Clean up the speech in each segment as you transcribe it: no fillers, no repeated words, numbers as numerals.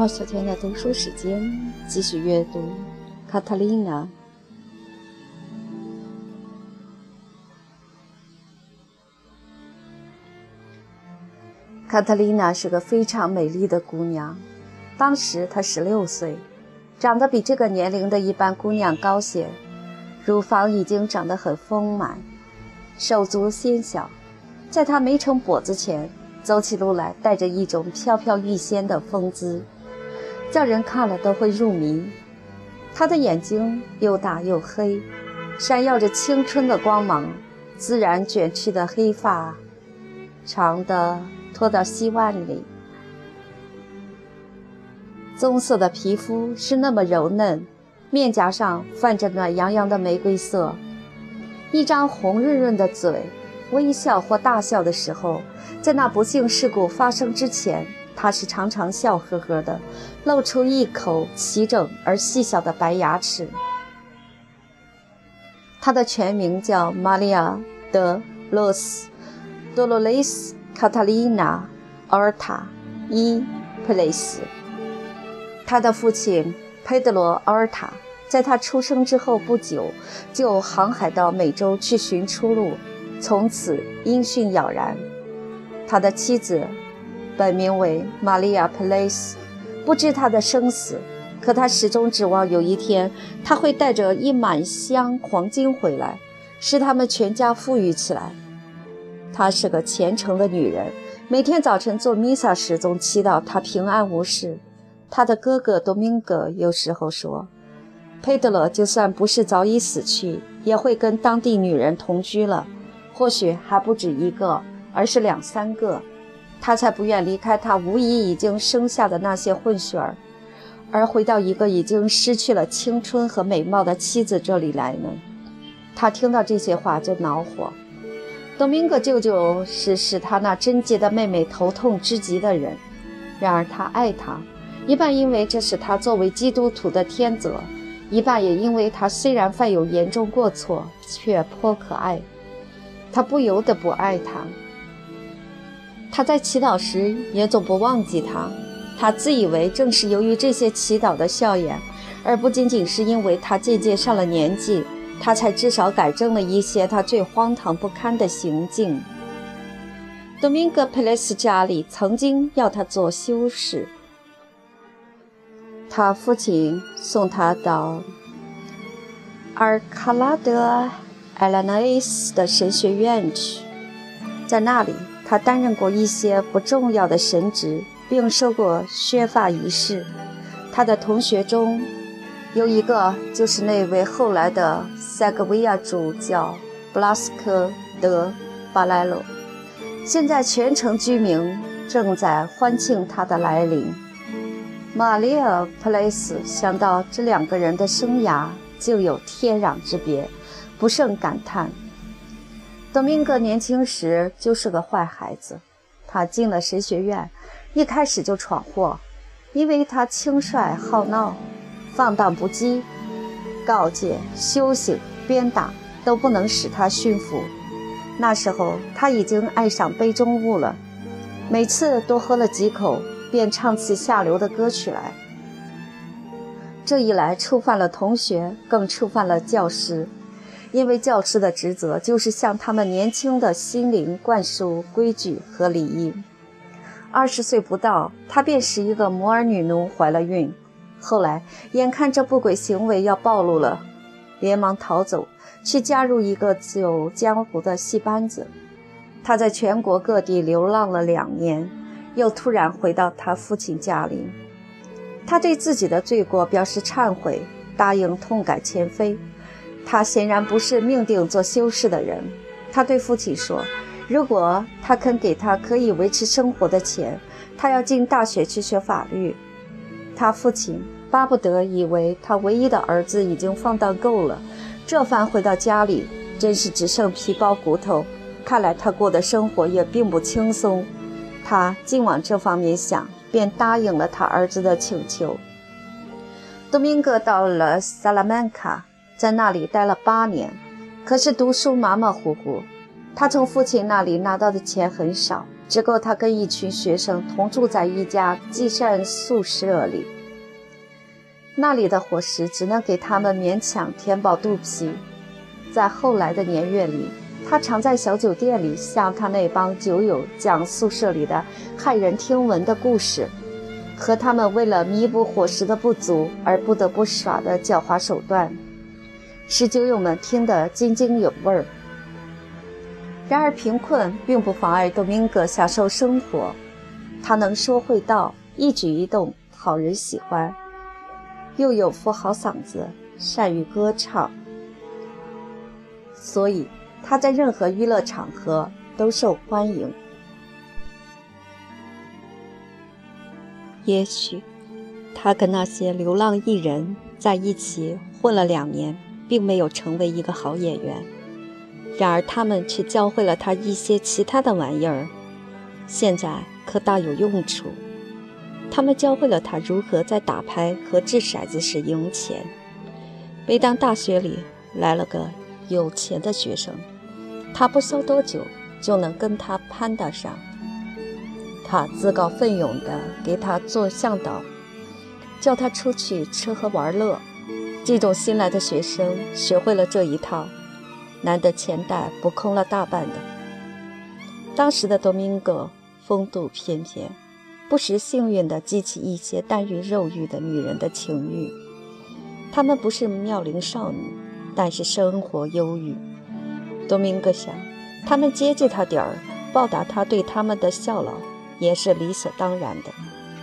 毛小娟的读书时间，继续阅读卡塔琳娜。卡塔琳娜是个非常美丽的姑娘，当时她16岁，长得比这个年龄的一般姑娘高些，乳房已经长得很丰满，手足纤小，在她没成跛子前，走起路来带着一种飘飘欲仙的风姿，叫人看了都会入迷。她的眼睛又大又黑，闪耀着青春的光芒，自然卷曲的黑发长的拖到膝腕里，棕色的皮肤是那么柔嫩，面颊上泛着暖洋洋的玫瑰色，一张红润润的嘴，微笑或大笑的时候，在那不幸事故发生之前，她是常常笑呵呵的，露出一口齐整而细小的白牙齿。她的全名叫玛利亚·德·洛斯·多洛雷斯·卡塔丽娜·奥尔塔·伊·佩雷斯。她的父亲佩德罗·奥尔塔在她出生之后不久就航海到美洲去寻出路，从此音讯杳然。他的妻子本名为玛利亚·佩雷斯，不知他的生死，可他始终指望有一天他会带着一满箱黄金回来，使他们全家富裕起来。她是个虔诚的女人，每天早晨做弥撒时总祈祷她平安无事。她的哥哥多明戈有时候说，佩德罗就算不是早已死去，也会跟当地女人同居了，或许还不止一个，而是2、3个，他才不愿离开他无疑已经生下的那些混血儿，而回到一个已经失去了青春和美貌的妻子这里来呢。他听到这些话就恼火。多明戈舅舅是使他那贞洁的妹妹头痛之极的人，然而他爱她，一半因为这是他作为基督徒的天责，一半也因为他虽然犯有严重过错，却颇可爱。他不由得不爱她。他在祈祷时也总不忘记他，他自以为正是由于这些祈祷的笑颜，而不仅仅是因为他渐渐上了年纪，他才至少改正了一些他最荒唐不堪的行径。多明戈·佩雷斯家里曾经要他做修士，他父亲送他到阿尔卡拉德埃拉内斯的神学院去，在那里他担任过一些不重要的神职，并受过削发仪式。他的同学中有一个就是那位后来的塞戈维亚主教布拉斯科德巴莱罗，现在全城居民正在欢庆他的来临。玛丽亚·普雷斯想到这2个人的生涯就有天壤之别，不胜感叹。多明戈年轻时就是个坏孩子，他进了神学院，一开始就闯祸，因为他轻率好闹，放荡不羁，告诫、修行、鞭打都不能使他驯服。那时候他已经爱上杯中物了，每次多喝了几口，便唱起下流的歌曲来。这一来触犯了同学，更触犯了教师，因为教师的职责就是向他们年轻的心灵灌输规矩和礼仪。20岁不到，他便使一个摩尔女奴怀了孕，后来眼看这不轨行为要暴露了，连忙逃走，去加入一个走江湖的戏班子。他在全国各地流浪了2年，又突然回到他父亲家里。他对自己的罪过表示忏悔，答应痛改前非。他显然不是命定做修士的人。他对父亲说，如果他肯给他可以维持生活的钱，他要进大学去学法律。他父亲巴不得以为他唯一的儿子已经放荡够了，这番回到家里真是只剩皮包骨头，看来他过的生活也并不轻松。他竟往这方面想，便答应了他儿子的请求。多明戈到了萨拉曼卡，在那里待了8年，可是读书马马虎虎。他从父亲那里拿到的钱很少， 只够他跟一群学生同住在一家寄膳宿舍里，那里的伙食只能给他们勉强填饱肚皮。在后来的年月里，他常在小酒店里向他那帮酒友讲宿舍里的骇人听闻的故事，和他们为了弥补伙食的不足而不得不耍的狡猾手段，使酒友们听得津津有味儿。然而贫困并不妨碍多明戈享受生活，他能说会道，一举一动讨人喜欢，又有副好嗓子，善于歌唱，所以他在任何娱乐场合都受欢迎。也许他跟那些流浪艺人在一起混了2年，并没有成为一个好演员，然而他们却教会了他一些其他的玩意儿，现在可大有用处。他们教会了他如何在打牌和掷骰子时赢钱。每当大学里来了个有钱的学生，他不消多久就能跟他攀得上。他自告奋勇地给他做向导，叫他出去吃喝玩乐。这种新来的学生学会了这一套，难得钱袋不空了大半的。当时的多明戈风度翩翩，不时幸运地激起一些耽于肉欲的女人的情欲。她们不是妙龄少女，但是生活忧郁。多明戈想，她们接济他点儿，报答他对他们的效劳，也是理所当然的。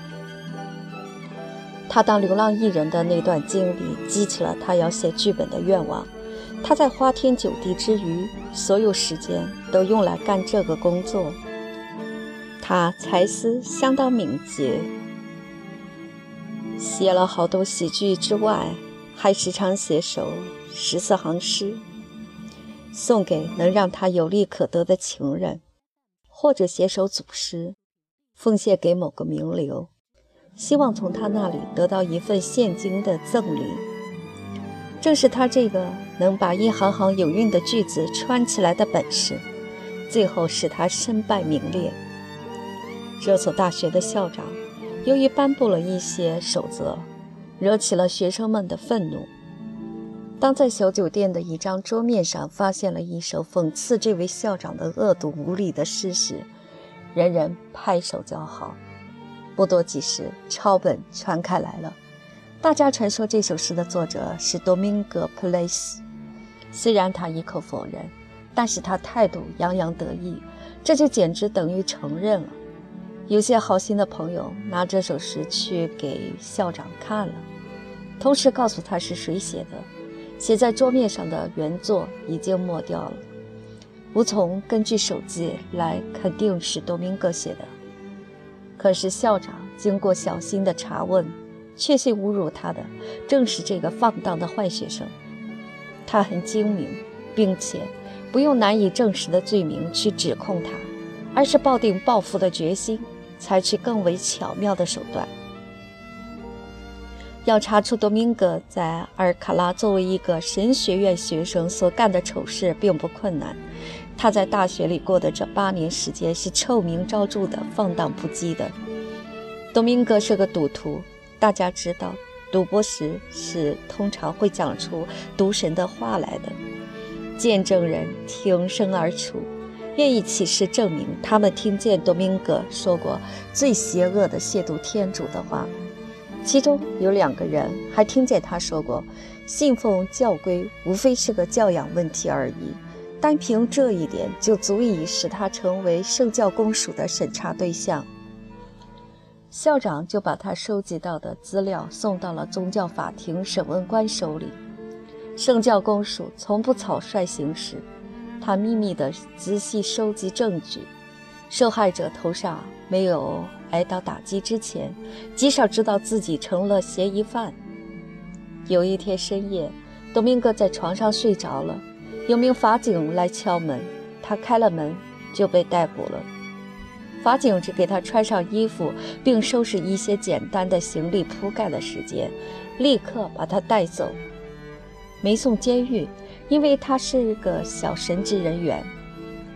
他当流浪艺人的那段经历激起了他要写剧本的愿望。他在花天酒地之余，所有时间都用来干这个工作。他才思相当敏捷，写了好多喜剧之外，还时常写首14行诗，送给能让他有利可得的情人，或者写首组诗，奉献给某个名流，希望从他那里得到一份现金的赠礼。正是他这个能把一行行有韵的句子串起来的本事，最后使他身败名裂。这所大学的校长由于颁布了一些守则，惹起了学生们的愤怒。当在小酒店的一张桌面上发现了一首讽刺这位校长的恶毒无礼的诗时，人人拍手叫好。不多几时，抄本传开来了，大家传说这首诗的作者是多明戈·普雷斯。虽然他一口否认，但是他态度洋洋得意，这就简直等于承认了。有些好心的朋友拿这首诗去给校长看了，同时告诉他是谁写的，写在桌面上的原作已经抹掉了，无从根据手记来肯定是多明戈写的。可是校长经过小心的查问，确信侮辱他的正是这个放荡的坏学生。他很精明，并且不用难以证实的罪名去指控他，而是抱定报复的决心，采取更为巧妙的手段。要查出多明戈在阿尔卡拉作为一个神学院学生所干的丑事并不困难。他在大学里过的这8年时间是臭名昭著的，放荡不羁的。多明戈是个赌徒，大家知道赌博时是通常会讲出赌神的话来的。见证人挺身而出，愿意起誓证明他们听见多明戈说过最邪恶的亵渎天主的话。其中有2个人还听见他说过，信奉教规无非是个教养问题而已，单凭这一点就足以使他成为圣教公署的审查对象。校长就把他收集到的资料送到了宗教法庭审问官手里。圣教公署从不草率行事，他秘密地仔细收集证据。受害者头上没有挨到打击之前，极少知道自己成了嫌疑犯。有一天深夜，多明戈在床上睡着了，有名法警来敲门，他开了门就被逮捕了。法警只给他穿上衣服并收拾一些简单的行李铺盖的时间，立刻把他带走，没送监狱，因为他是个小神职人员。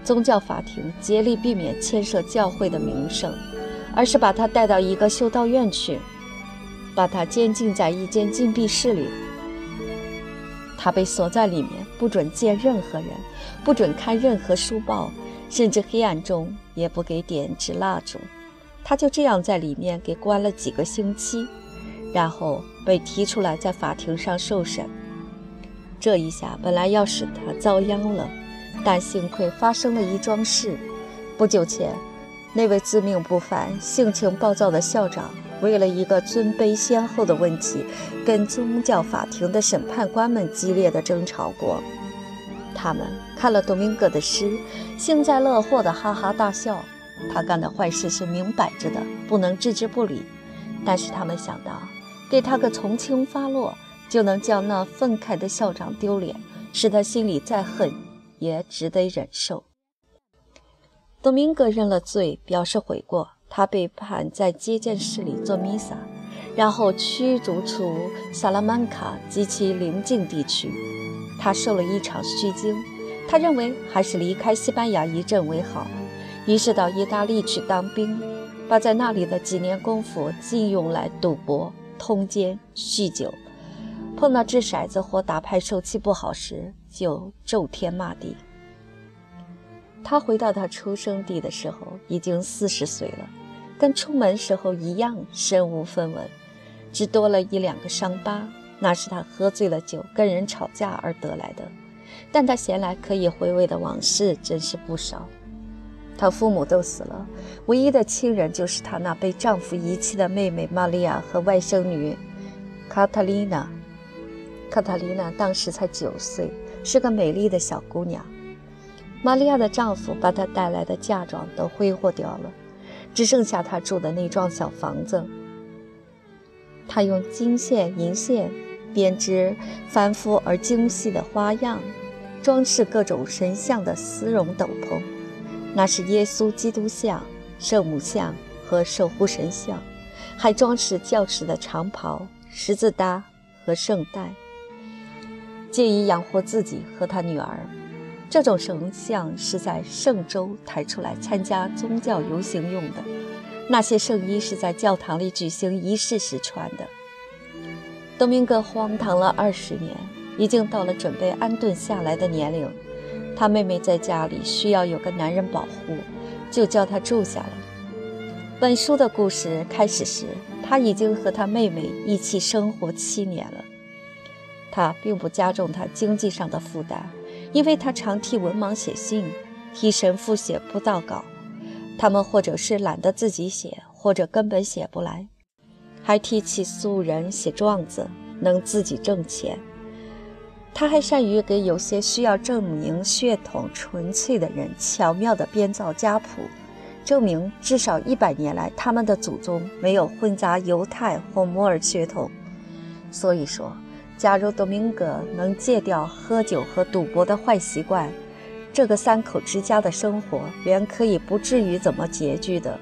宗教法庭竭力避免牵涉教会的名声，而是把他带到一个修道院去，把他监禁在一间禁闭室里。他被锁在里面，不准见任何人，不准看任何书报，甚至黑暗中也不给点支蜡烛。他就这样在里面给关了几个星期，然后被提出来在法庭上受审。这一下本来要使他遭殃了，但幸亏发生了一桩事。不久前，那位自命不凡、性情暴躁的校长为了一个尊卑先后的问题，跟宗教法庭的审判官们激烈的争吵过。他们看了多明戈的诗，幸灾乐祸的哈哈大笑。他干的坏事是明摆着的，不能置之不理。但是他们想到，给他个从轻发落，就能叫那愤慨的校长丢脸，使他心里再恨也只得忍受。多明戈认了罪，表示悔过。他被判在接见室里做弥撒，然后驱逐出萨拉曼卡及其邻近地区。他受了一场虚惊，他认为还是离开西班牙一阵为好，于是到意大利去当兵，把在那里的几年功夫尽用来赌博、通奸、酗酒。碰到掷骰子或打牌手气不好时，就咒天骂地。他回到他出生地的时候已经40岁了，跟出门时候一样身无分文，只多了1、2个伤疤，那是他喝醉了酒跟人吵架而得来的。但他闲来可以回味的往事真是不少。他父母都死了，唯一的亲人就是他那被丈夫遗弃的妹妹玛利亚和外甥女卡塔琳娜。卡塔琳娜当时才9岁，是个美丽的小姑娘。玛利亚的丈夫把她带来的嫁妆都挥霍掉了，只剩下她住的那幢小房子。她用金线、银线编织繁复而精细的花样，装饰各种神像的丝绒斗篷，那是耶稣基督像、圣母像和守护神像，还装饰教士的长袍、十字搭和圣带，借以养活自己和他女儿。这种神像是在圣周抬出来参加宗教游行用的，那些圣衣是在教堂里举行仪式时穿的。多明戈荒唐了20年，已经到了准备安顿下来的年龄。他妹妹在家里需要有个男人保护，就叫他住下来。本书的故事开始时，他已经和他妹妹一起生活7年了。他并不加重他经济上的负担，因为他常替文盲写信，替神父写布道稿。他们或者是懒得自己写，或者根本写不来，还替起诉人写状子，能自己挣钱。他还善于给有些需要证明血统纯粹的人巧妙地编造家谱，证明至少100年来他们的祖宗没有混杂犹太或摩尔血统。所以说，假如多明戈能戒掉喝酒和赌博的坏习惯，这个3口之家的生活原可以不至于怎么拮据的。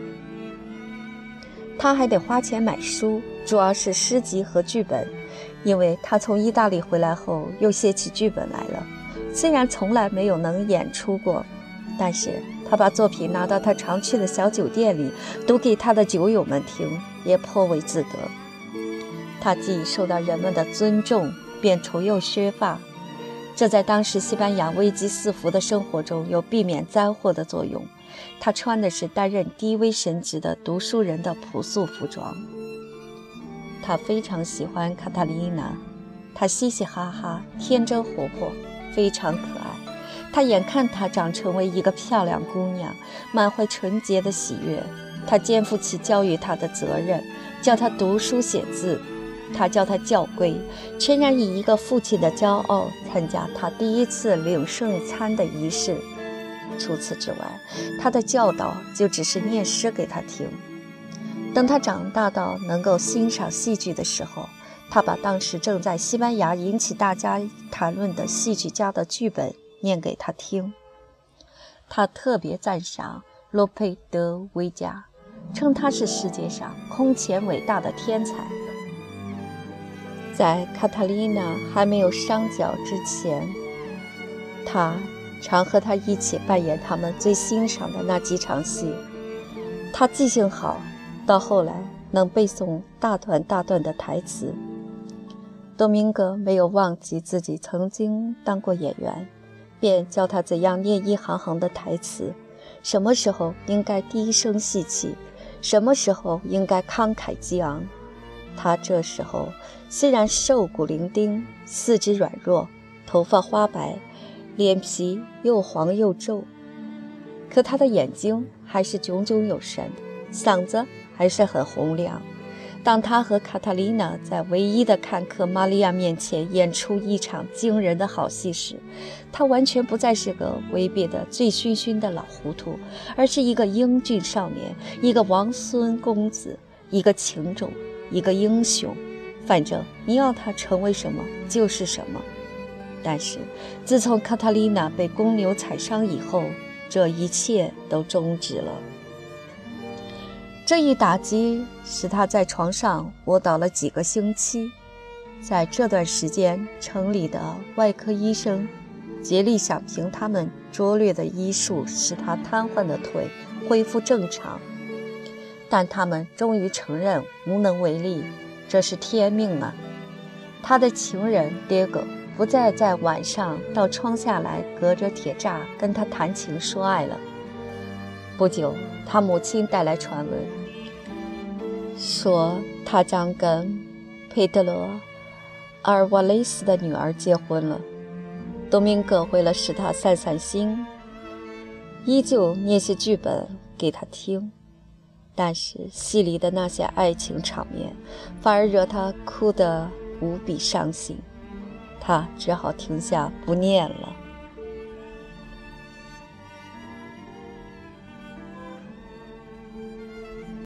他还得花钱买书，主要是诗集和剧本，因为他从意大利回来后又写起剧本来了。虽然从来没有能演出过，但是他把作品拿到他常去的小酒店里读给他的酒友们听，也颇为自得。他既受到人们的尊重，便重又削发，这在当时西班牙危机四伏的生活中有避免灾祸的作用。他穿的是担任低微神职的读书人的朴素服装。他非常喜欢卡塔琳娜，她嘻嘻哈哈，天真活泼，非常可爱。他眼看她长成为一个漂亮姑娘，满怀纯洁的喜悦。他肩负起教育她的责任，教她读书写字。他教她教规，全然以一个父亲的骄傲参加他第一次领圣餐的仪式。除此之外，他的教导就只是念诗给他听。等他长大到能够欣赏戏剧的时候，他把当时正在西班牙引起大家谈论的戏剧家的剧本念给他听。他特别赞赏洛佩德维加，称他是世界上空前伟大的天才。在卡塔琳娜还没有伤脚之前，他常和他一起扮演他们最欣赏的那几场戏。他记性好，到后来能背诵大段大段的台词。多明戈没有忘记自己曾经当过演员，便教他怎样念一行行的台词，什么时候应该低声细气，什么时候应该慷慨激昂。他这时候虽然瘦骨伶仃，四肢软弱，头发花白，脸皮又黄又皱，可他的眼睛还是炯炯有神，嗓子还是很洪亮。当他和卡塔琳娜在唯一的看客玛利亚面前演出一场惊人的好戏时，他完全不再是个违背的醉醺醺的老糊涂，而是一个英俊少年，一个王孙公子，一个情种，一个英雄。反正你要他成为什么就是什么。但是自从卡塔琳娜被公牛踩伤以后，这一切都终止了。这一打击使他在床上卧倒了几个星期。在这段时间，城里的外科医生竭力想凭他们拙劣的医术使他瘫痪的腿恢复正常，但他们终于承认无能为力，这是天命啊。他的情人迭戈不再在晚上到窗下来隔着铁栅跟他谈情说爱了。不久，他母亲带来传闻，说他将跟佩德罗·阿尔瓦雷斯的女儿结婚了。多明戈为了使他散散心，依旧念些剧本给他听，但是戏里的那些爱情场面反而惹他哭得无比伤心，他只好停下不念了。